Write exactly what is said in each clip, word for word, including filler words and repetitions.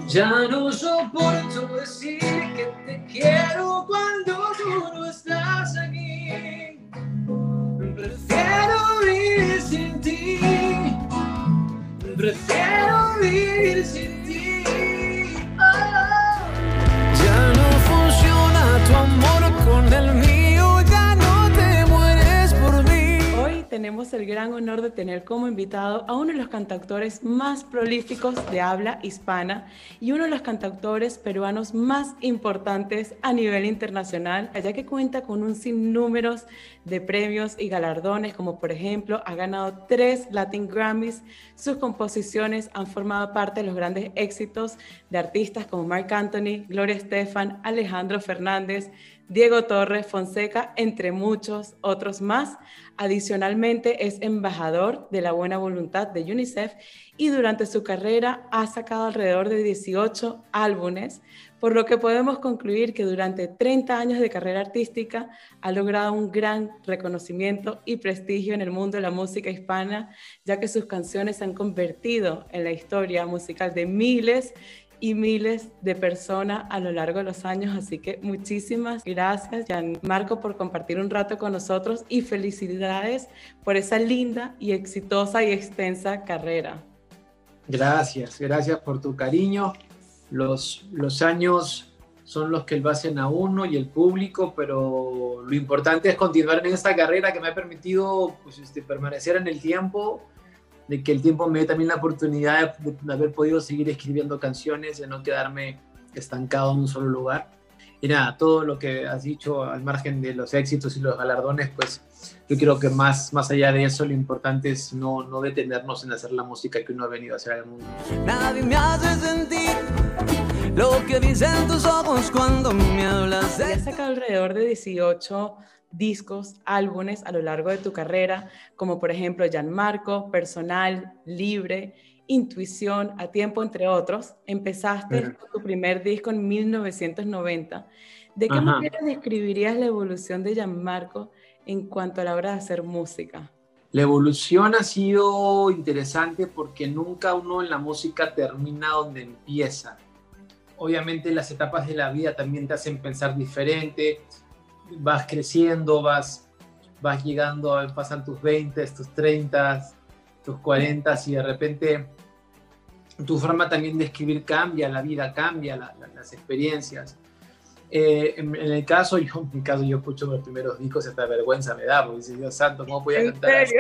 Ya no soporto decir que te quiero cuando tú no estás aquí. Prefiero vivir sin ti. Prefiero vivir sin ti. Oh. Ya no funciona tu amor con el mío. Ya no te mueres por mí. Hoy tenemos el gran honor de tener como invitado a uno de los cantautores más prolíficos de habla hispana y uno de los cantautores peruanos más importantes a nivel internacional, ya que cuenta con un sinnúmero de premios y galardones, como por ejemplo ha ganado tres Latin Grammys. Sus composiciones han formado parte de los grandes éxitos de artistas como Marc Anthony, Gloria Estefan, Alejandro Fernández, Diego Torres, Fonseca, entre muchos otros más. Adicionalmente es embajador de la buena voluntad de UNICEF y durante su carrera ha sacado alrededor de dieciocho álbumes, por lo que podemos concluir que durante treinta años de carrera artística ha logrado un gran reconocimiento y prestigio en el mundo de la música hispana, ya que sus canciones se han convertido en la historia musical de miles y miles de personas a lo largo de los años. Así que muchísimas gracias, Gianmarco, por compartir un rato con nosotros y felicidades por esa linda y exitosa y extensa carrera. Gracias, gracias por tu cariño. Los, los años son los que lo hacen a uno y el público, pero lo importante es continuar en esta carrera que me ha permitido pues, este, permanecer en el tiempo, de que el tiempo me dé también la oportunidad de, de haber podido seguir escribiendo canciones, de no quedarme estancado en un solo lugar. Y nada, todo lo que has dicho al margen de los éxitos y los galardones, pues yo creo que más, más allá de eso, lo importante es no, no detenernos en hacer la música que uno ha venido a hacer al mundo. Nadie me hace sentir lo que dicen tus ojos cuando me hablas de... Has sacado alrededor de dieciocho discos, álbumes a lo largo de tu carrera, como por ejemplo Gianmarco, Personal, Libre, Intuición, A Tiempo, entre otros. Empezaste uh-huh. con tu primer disco en mil novecientos noventa. ¿De qué uh-huh. manera describirías la evolución de Gianmarco en cuanto a la hora de hacer música? La evolución ha sido interesante porque nunca uno en la música termina donde empieza. Obviamente las etapas de la vida también te hacen pensar diferente. Vas creciendo, vas, vas llegando, pasan tus veinte, tus treinta, tus cuarenta y de repente tu forma también de escribir cambia, la vida cambia, la, la, las experiencias. Eh, en, en el caso, yo, en mi caso, yo escucho los primeros discos, hasta vergüenza me da, porque dice, Dios santo, ¿cómo voy a cantar así?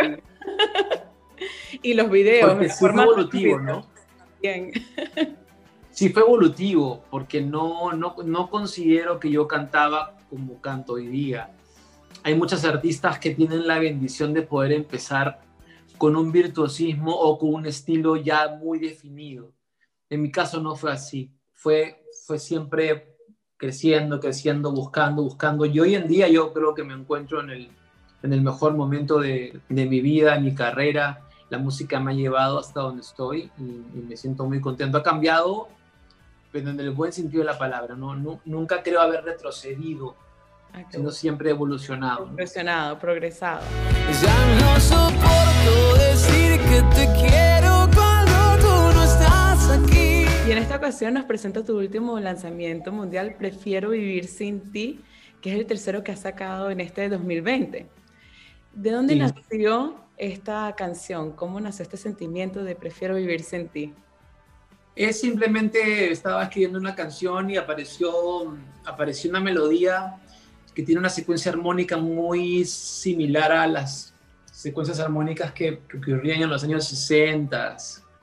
Y los videos. Porque sí fue evolutivo, ¿no? Bien. Sí fue evolutivo, porque no, no, no considero que yo cantaba como canto hoy día. Hay muchos artistas que tienen la bendición de poder empezar con un virtuosismo o con un estilo ya muy definido. En mi caso no fue así. Fue, fue siempre creciendo, creciendo, buscando, buscando. Y hoy en día yo creo que me encuentro en el, en el mejor momento de, de mi vida, mi carrera. La música me ha llevado hasta donde estoy y, y me siento muy contento. Ha cambiado, pero en el buen sentido de la palabra. No, no, nunca creo haber retrocedido, okay. sino siempre evolucionado. Evolucionado, ¿no? Progresado. Ya no soporto decir que te quiero cuando tú no estás aquí. Y en esta ocasión nos presenta tu último lanzamiento mundial, Prefiero Vivir Sin Ti, que es el tercero que has sacado en este dos mil veinte. ¿De dónde sí. nació esta canción? ¿Cómo nació este sentimiento de Prefiero Vivir Sin Ti? Es simplemente, estaba escribiendo una canción y apareció, apareció una melodía que tiene una secuencia armónica muy similar a las secuencias armónicas que, que ocurrían en los años sesenta.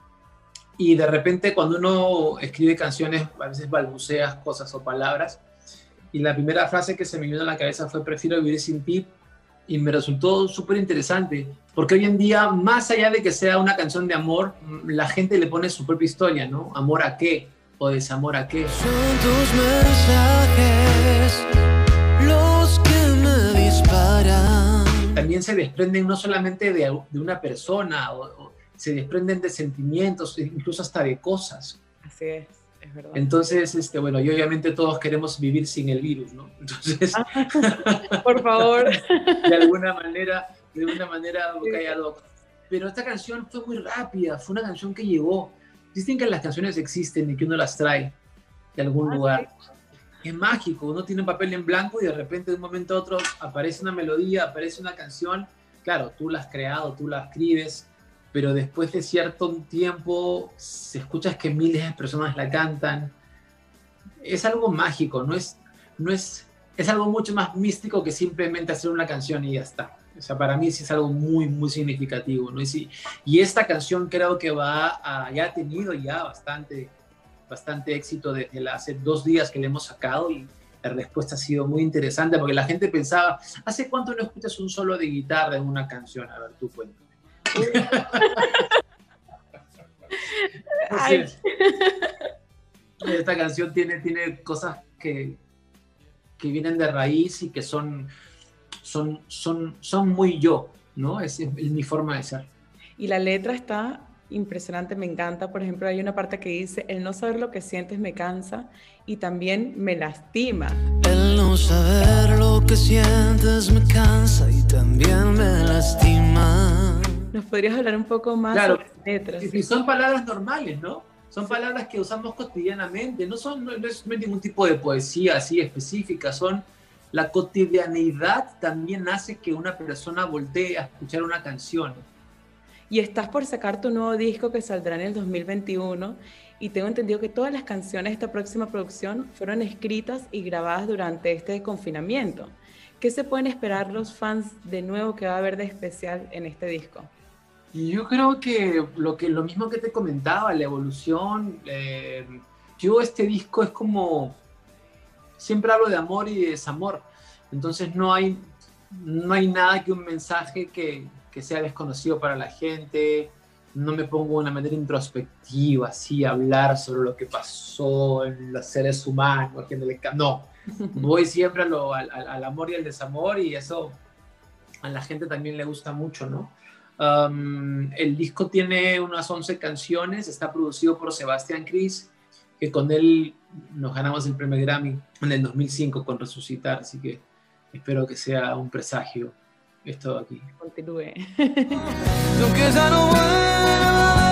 Y de repente cuando uno escribe canciones, a veces balbuceas cosas o palabras. Y la primera frase que se me vino a la cabeza fue Prefiero vivir sin ti. Y me resultó súper interesante, porque hoy en día, más allá de que sea una canción de amor, la gente le pone su propia historia, ¿no? ¿Amor a qué? ¿O desamor a qué? Son tus mensajes los que me disparan. También se desprenden no solamente de, de una persona, o, o se desprenden de sentimientos, incluso hasta de cosas. Así es. Es verdad. Entonces, este, bueno, y obviamente todos queremos vivir sin el virus, ¿no? Entonces, por favor. De alguna manera, de alguna manera, boca y loco. Pero esta canción fue muy rápida, fue una canción que llegó. dicen que las canciones existen y que uno las trae de algún Ah, lugar. Es mágico, uno tiene un papel en blanco y de repente de un momento a otro aparece una melodía, aparece una canción. Claro, tú la has creado, tú la escribes, pero después de cierto tiempo se escuchas que miles de personas la cantan. Es algo mágico, no es, no es, es algo mucho más místico que simplemente hacer una canción y ya está. O sea, para mí sí es algo muy, muy significativo, ¿no? Y, sí, y esta canción creo que va a, ya ha tenido ya bastante, bastante éxito desde la, hace dos días que le hemos sacado y la respuesta ha sido muy interesante porque la gente pensaba, ¿hace cuánto no escuchas un solo de guitarra en una canción? A ver, tú cuéntame. Entonces, esta canción tiene, tiene cosas que, que vienen de raíz y que son, son, son, son muy yo, ¿no? Es, es mi forma de ser. Y la letra está impresionante, me encanta. Por ejemplo, hay una parte que dice, el no saber lo que sientes me cansa y también me lastima. El no saber lo que sientes me cansa y también me lastima. ¿Nos podrías hablar un poco más Claro, sobre letras? y son palabras normales, ¿no? Son sí. palabras que usamos cotidianamente, no, son, no, no es ningún tipo de poesía así específica, son la cotidianeidad también hace que una persona voltee a escuchar una canción. Y estás por sacar tu nuevo disco que saldrá en el dos mil veintiuno y tengo entendido que todas las canciones de esta próxima producción fueron escritas y grabadas durante este confinamiento. ¿Qué se pueden esperar los fans de nuevo que va a haber de especial en este disco? Y yo creo que lo, que lo mismo que te comentaba, la evolución, eh, yo este disco es como, siempre hablo de amor y de desamor, entonces no hay, no hay nada que un mensaje que, que sea desconocido para la gente, no me pongo de una manera introspectiva, así, a hablar sobre lo que pasó en los seres humanos, no, voy siempre a lo, al, al amor y al desamor y eso a la gente también le gusta mucho, ¿no? Um, el disco tiene unas once canciones, está producido por Sebastián Cris, que con él nos ganamos el premio Grammy en el dos mil cinco con Resucitar, así que espero que sea un presagio esto aquí. Continúe. Aunque ya no vuelva a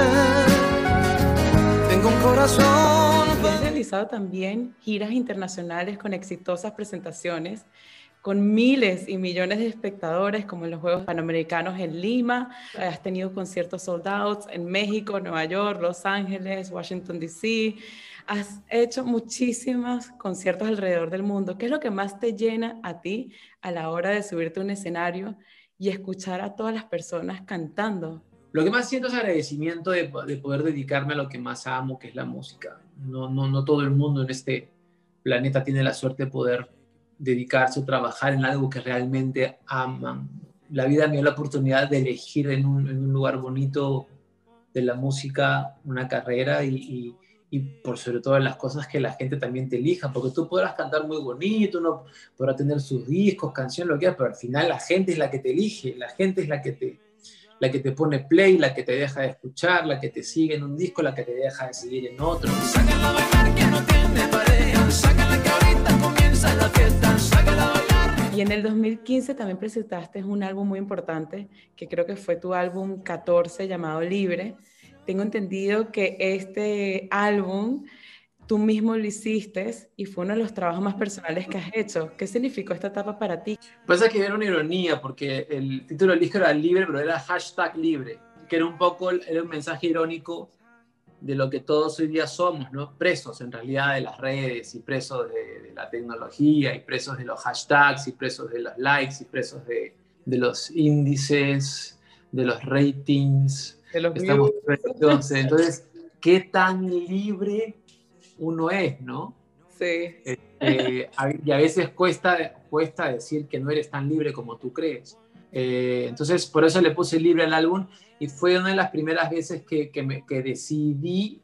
verte, tengo un corazón. Has realizado también giras internacionales con exitosas presentaciones con miles y millones de espectadores, como en los Juegos Panamericanos en Lima. Has tenido conciertos sold out en México, Nueva York, Los Ángeles, Washington, D C Has hecho muchísimos conciertos alrededor del mundo. ¿Qué es lo que más te llena a ti a la hora de subirte a un escenario y escuchar a todas las personas cantando? Lo que más siento es agradecimiento de, de poder dedicarme a lo que más amo, que es la música. No, no, no todo el mundo en este planeta tiene la suerte de poder dedicarse o trabajar en algo que realmente aman. La vida me dio la oportunidad de elegir en un, en un lugar bonito de la música una carrera y, y, y por sobre todas las cosas que la gente también te elija, porque tú podrás cantar muy bonito, uno podrá tener sus discos, canciones, lo que quieras, pero al final la gente es la que te elige, la gente es la que te, la que te pone play, la que te deja de escuchar, la que te sigue en un disco, la que te deja de seguir en otro. Sácala a bailar que no tiene pareja, sácala que ahorita comienza la fiesta, sácala a bailar. Y en el dos mil quince también presentaste un álbum muy importante, que creo que fue tu álbum catorce llamado Libre. Tengo entendido que este álbum tú mismo lo hiciste y fue uno de los trabajos más personales que has hecho. ¿Qué significó esta etapa para ti? Pasa que era una ironía, porque el título del disco era Libre, pero era hashtag Libre, que era un poco, era un mensaje irónico de lo que todos hoy día somos, ¿no? Presos en realidad de las redes y presos de, de la tecnología y presos de los hashtags y presos de los likes y presos de, de los índices, de los ratings. De los Estamos entonces, entonces, ¿qué tan libre uno es, no? Sí. Eh, y a veces cuesta, cuesta decir que no eres tan libre como tú crees. Eh, entonces, por eso le puse Libre al álbum y fue una de las primeras veces que, que, me, que decidí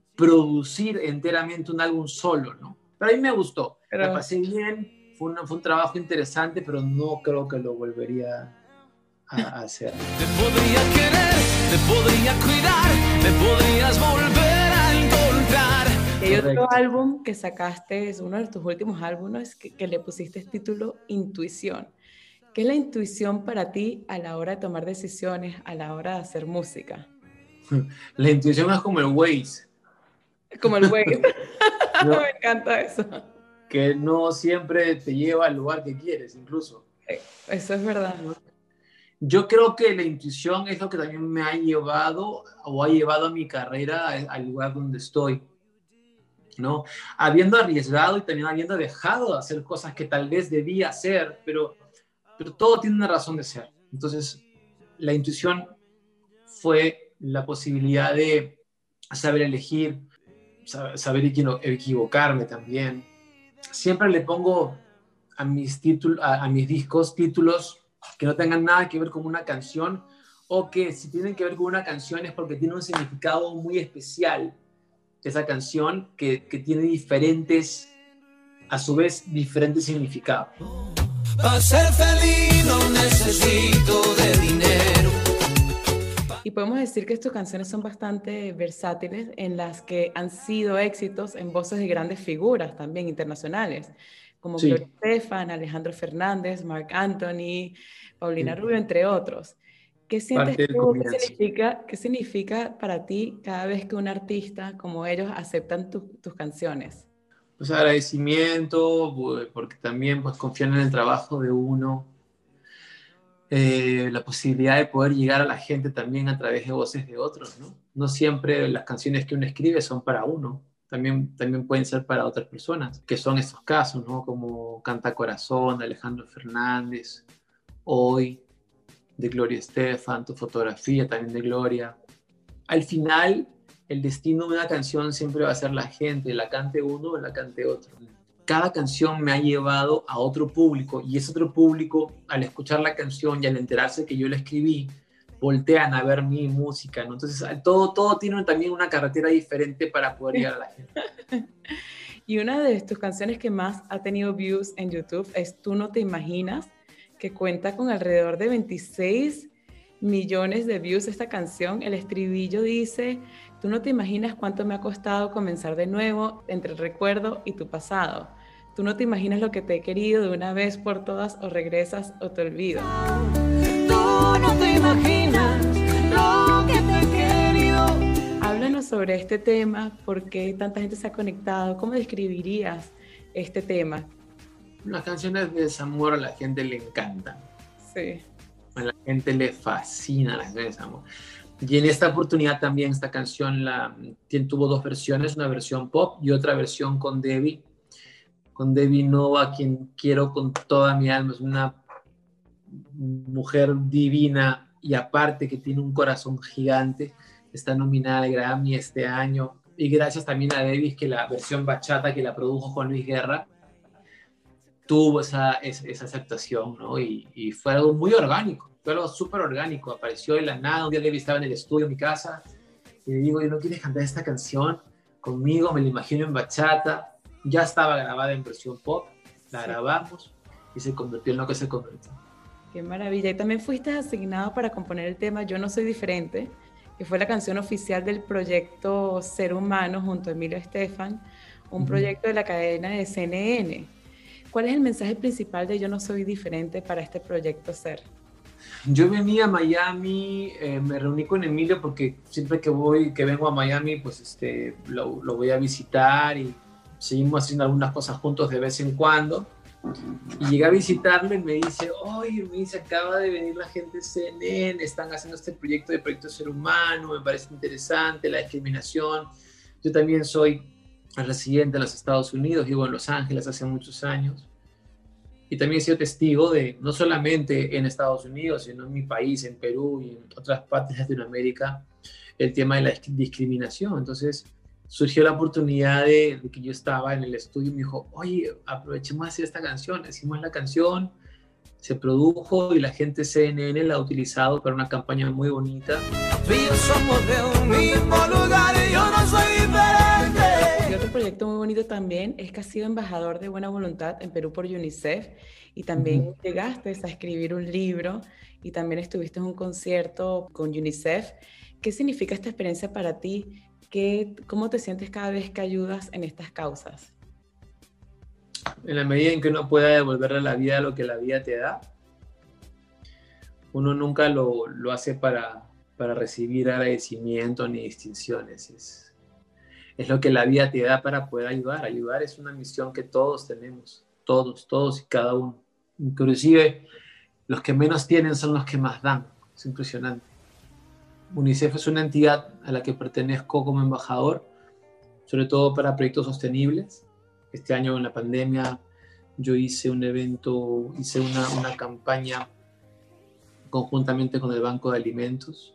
producir enteramente un álbum solo, ¿no? Pero a mí me gustó, pero... me pasé bien, fue, una, fue un trabajo interesante, pero no creo que lo volvería a, a hacer. Te podría querer, te podría cuidar, me podrías volver a encontrar. Hay otro álbum que sacaste, es uno de tus últimos álbumes, que, que le pusiste el título Intuición. ¿Qué es la intuición para ti a la hora de tomar decisiones, a la hora de hacer música? La intuición es como el Waze. Como el güey. ¿No? Me encanta eso. Que no siempre te lleva al lugar que quieres, incluso. Eso es verdad. Yo creo que la intuición es lo que también me ha llevado o ha llevado a mi carrera al lugar donde estoy, ¿no? Habiendo arriesgado y también habiendo dejado de hacer cosas que tal vez debía hacer, pero, pero todo tiene una razón de ser. Entonces, la intuición fue la posibilidad de saber elegir, saber equivocarme también. Siempre le pongo a mis, títulos, a, a mis discos títulos que no tengan nada que ver con una canción, o que si tienen que ver con una canción es porque tiene un significado muy especial, esa canción que, que tiene diferentes, a su vez, diferentes significados. Para ser feliz no necesito de dinero. Y podemos decir que tus canciones son bastante versátiles, en las que han sido éxitos en voces de grandes figuras también internacionales, como Sí. Gloria Estefan, Alejandro Fernández, Marc Anthony, Paulina Sí. Rubio, entre otros. ¿Qué sientes Parte del tú? ¿Qué comienzo. significa, qué significa para ti cada vez que un artista como ellos aceptan tu- tus canciones? Pues agradecimiento, porque también pues, confían en el trabajo de uno. Eh, la posibilidad de poder llegar a la gente también a través de voces de otros, ¿no? No siempre las canciones que uno escribe son para uno, también, también pueden ser para otras personas, que son estos casos, ¿no? Como Canta Corazón, de Alejandro Fernández, Hoy, de Gloria Estefan, Tu Fotografía, también de Gloria. Al final, el destino de una canción siempre va a ser la gente, la cante uno o la cante otro. Cada canción me ha llevado a otro público, y ese otro público, al escuchar la canción y al enterarse que yo la escribí, voltean a ver mi música, ¿no? Entonces, todo, todo tiene también una carretera diferente para poder llegar a la gente. Y una de tus canciones que más ha tenido views en YouTube es Tú no te imaginas, que cuenta con alrededor de veintiséis millones de views esta canción. El estribillo dice: tú no te imaginas cuánto me ha costado comenzar de nuevo entre el recuerdo y tu pasado. Tú no te imaginas lo que te he querido de una vez por todas, o regresas o te olvido. Tú no te imaginas lo que te he querido. Háblanos sobre este tema, por qué tanta gente se ha conectado, ¿cómo describirías este tema? Las canciones de desamor a la gente le encantan. Sí. A la gente le fascina las canciones de desamor. Y en esta oportunidad también esta canción la, tuvo dos versiones, una versión pop y otra versión con Debbie. Con Debbie Nova, quien quiero con toda mi alma. Es una mujer divina y aparte que tiene un corazón gigante. Está nominada al Grammy este año. Y gracias también a Debbie, que la versión bachata que la produjo Juan Luis Guerra tuvo esa, esa, esa aceptación, ¿no? Y, y fue algo muy orgánico, fue algo súper orgánico. Apareció de la nada. Un día Debbie estaba en el estudio en mi casa y le digo: ¿no quieres cantar esta canción conmigo? Me la imagino en bachata. Ya estaba grabada en versión pop, la sí. grabamos y se convirtió en lo que se convirtió. Qué maravilla. Y también fuiste asignado para componer el tema Yo no soy diferente, que fue la canción oficial del proyecto Ser Humano junto a Emilio Estefan, un uh-huh. proyecto de la cadena de C N N. ¿Cuál es el mensaje principal de Yo no soy diferente para este proyecto Ser? Yo venía a Miami, eh, me reuní con Emilio porque siempre que voy, que vengo a Miami, pues este, lo, lo voy a visitar y seguimos haciendo algunas cosas juntos de vez en cuando. Y llegué a visitarlo y me dice: oye, me dice, acaba de venir la gente de C N N, están haciendo este proyecto de Proyecto Ser Humano, me parece interesante, la discriminación. Yo también soy residente en los Estados Unidos, vivo en Los Ángeles hace muchos años. Y también he sido testigo de, no solamente en Estados Unidos, sino en mi país, en Perú y en otras partes de Latinoamérica, el tema de la discriminación. Entonces surgió la oportunidad de, de que yo estaba en el estudio y me dijo: oye, aprovechemos de hacer esta canción. Hicimos la canción, se produjo y la gente de C N N la ha utilizado para una campaña muy bonita. Tú y yo somos de un mismo lugar y yo no soy diferente. Y otro proyecto muy bonito también es que has sido embajador de buena voluntad en Perú por UNICEF, y también uh-huh. llegaste a escribir un libro y también estuviste en un concierto con UNICEF. ¿Qué significa esta experiencia para ti? ¿Qué, ¿Cómo te sientes cada vez que ayudas en estas causas? En la medida en que uno pueda devolverle a la vida lo que la vida te da, uno nunca lo, lo hace para, para recibir agradecimiento ni distinciones. Es, es lo que la vida te da para poder ayudar. Ayudar es una misión que todos tenemos, todos, todos y cada uno. Inclusive los que menos tienen son los que más dan. Es impresionante. UNICEF es una entidad a la que pertenezco como embajador, sobre todo para proyectos sostenibles. Este año en la pandemia yo hice un evento, hice una, una campaña conjuntamente con el Banco de Alimentos,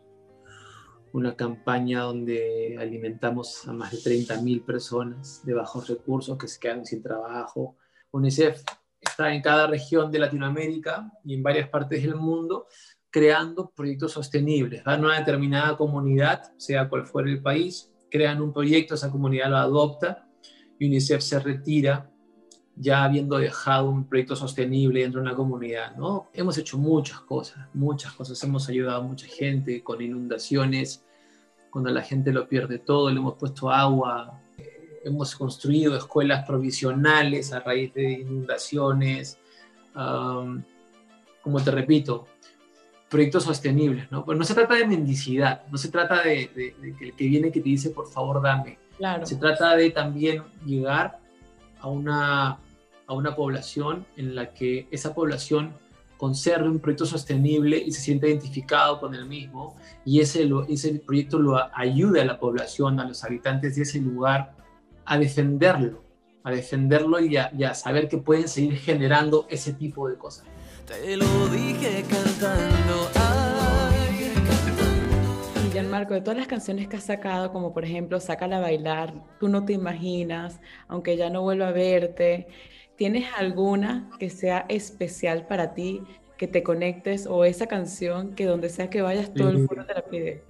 una campaña donde alimentamos a más de treinta mil personas de bajos recursos que se quedan sin trabajo. UNICEF está en cada región de Latinoamérica y en varias partes del mundo creando proyectos sostenibles. Van a una determinada comunidad, sea cual fuera el país, crean un proyecto, esa comunidad lo adopta y UNICEF se retira ya habiendo dejado un proyecto sostenible dentro de una comunidad, ¿no? Hemos hecho muchas cosas, muchas cosas. Hemos ayudado a mucha gente con inundaciones, cuando la gente lo pierde todo, le hemos puesto agua. Hemos construido escuelas provisionales a raíz de inundaciones. Um, como te repito, proyectos sostenibles, ¿no? Pero no se trata de mendicidad, no se trata de, de, de que el que viene que te dice, por favor, dame. Claro. Se trata de también llegar a una, a una población en la que esa población conserve un proyecto sostenible y se siente identificado con el mismo, y ese, lo, ese proyecto lo ayude a la población, a los habitantes de ese lugar, a defenderlo, a defenderlo y a, y a saber que pueden seguir generando ese tipo de cosas. Te lo dije cantando, ay, cantando. Y Gianmarco, de todas las canciones que has sacado, como por ejemplo Sácala a bailar, Tú no te imaginas, Aunque ya no vuelva a verte, ¿tienes alguna que sea especial para ti, que te conectes, o esa canción que donde sea que vayas todo el mundo te la pide?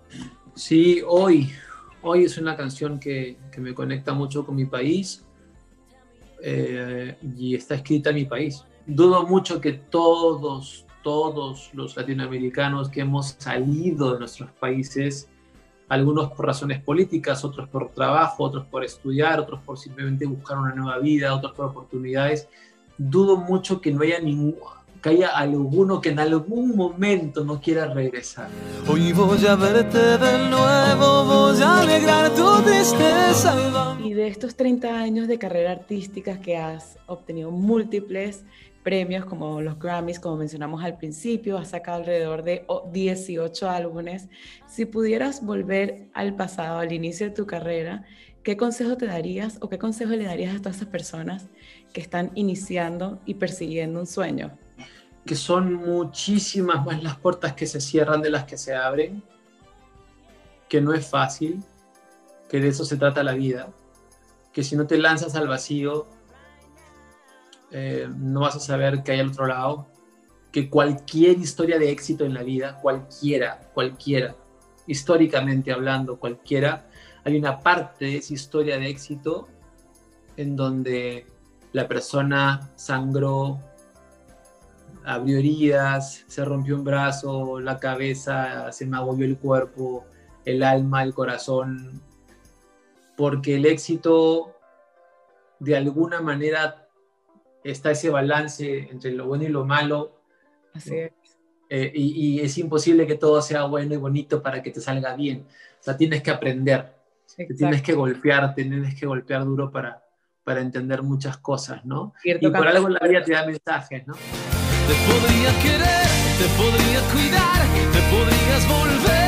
Sí, hoy, hoy es una canción que, que me conecta mucho con mi país, eh, y está escrita en mi país. Dudo mucho que todos, todos los latinoamericanos que hemos salido de nuestros países, algunos por razones políticas, otros por trabajo, otros por estudiar, otros por simplemente buscar una nueva vida, otros por oportunidades, dudo mucho que no haya ningún, que haya alguno que en algún momento no quiera regresar. Hoy voy a verte de nuevo, voy a alegrar tu tristeza. Y de estos treinta años de carrera artística que has obtenido múltiples premios como los Grammys, como mencionamos al principio, has sacado alrededor de dieciocho álbumes. Si pudieras volver al pasado, al inicio de tu carrera, ¿qué consejo te darías o qué consejo le darías a todas esas personas que están iniciando y persiguiendo un sueño? Que son muchísimas más las puertas que se cierran de las que se abren, que no es fácil, que de eso se trata la vida, que si no te lanzas al vacío, eh, no vas a saber qué hay al otro lado, que cualquier historia de éxito en la vida, cualquiera, cualquiera, históricamente hablando, cualquiera, hay una parte de esa historia de éxito en donde la persona sangró, abrió heridas, se rompió un brazo, la cabeza, se magulló el cuerpo, el alma, el corazón, porque el éxito de alguna manera está ese balance entre lo bueno y lo malo. Así es. Eh, y, y es imposible que todo sea bueno y bonito para que te salga bien. O sea, tienes que aprender, te tienes que golpear, tienes que golpear duro para, para entender muchas cosas, ¿no? Y por algo la vida te da mensajes, ¿no? Te podría querer, te podría cuidar, te podrías volver